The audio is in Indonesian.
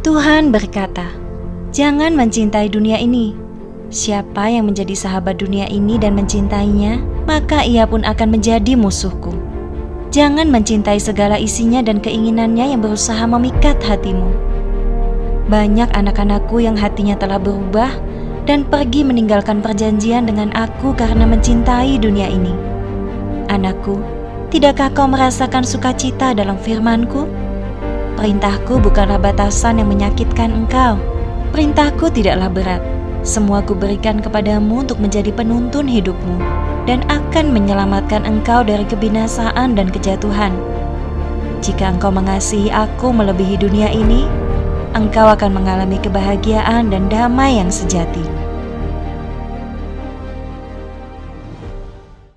Tuhan berkata, "Jangan mencintai dunia ini. Siapa yang menjadi sahabat dunia ini dan mencintainya, maka ia pun akan menjadi musuhku. Jangan mencintai segala isinya dan keinginannya yang berusaha memikat hatimu." Banyak anak-anakku yang hatinya telah berubah dan pergi meninggalkan perjanjian dengan aku karena mencintai dunia ini. Anakku, tidakkah kau merasakan sukacita dalam firman-Ku? Perintahku bukanlah batasan yang menyakitkan engkau. Perintahku tidaklah berat. Semua kuberikan kepadamu untuk menjadi penuntun hidupmu dan akan menyelamatkan engkau dari kebinasaan dan kejatuhan. Jika engkau mengasihi aku melebihi dunia ini, engkau akan mengalami kebahagiaan dan damai yang sejati.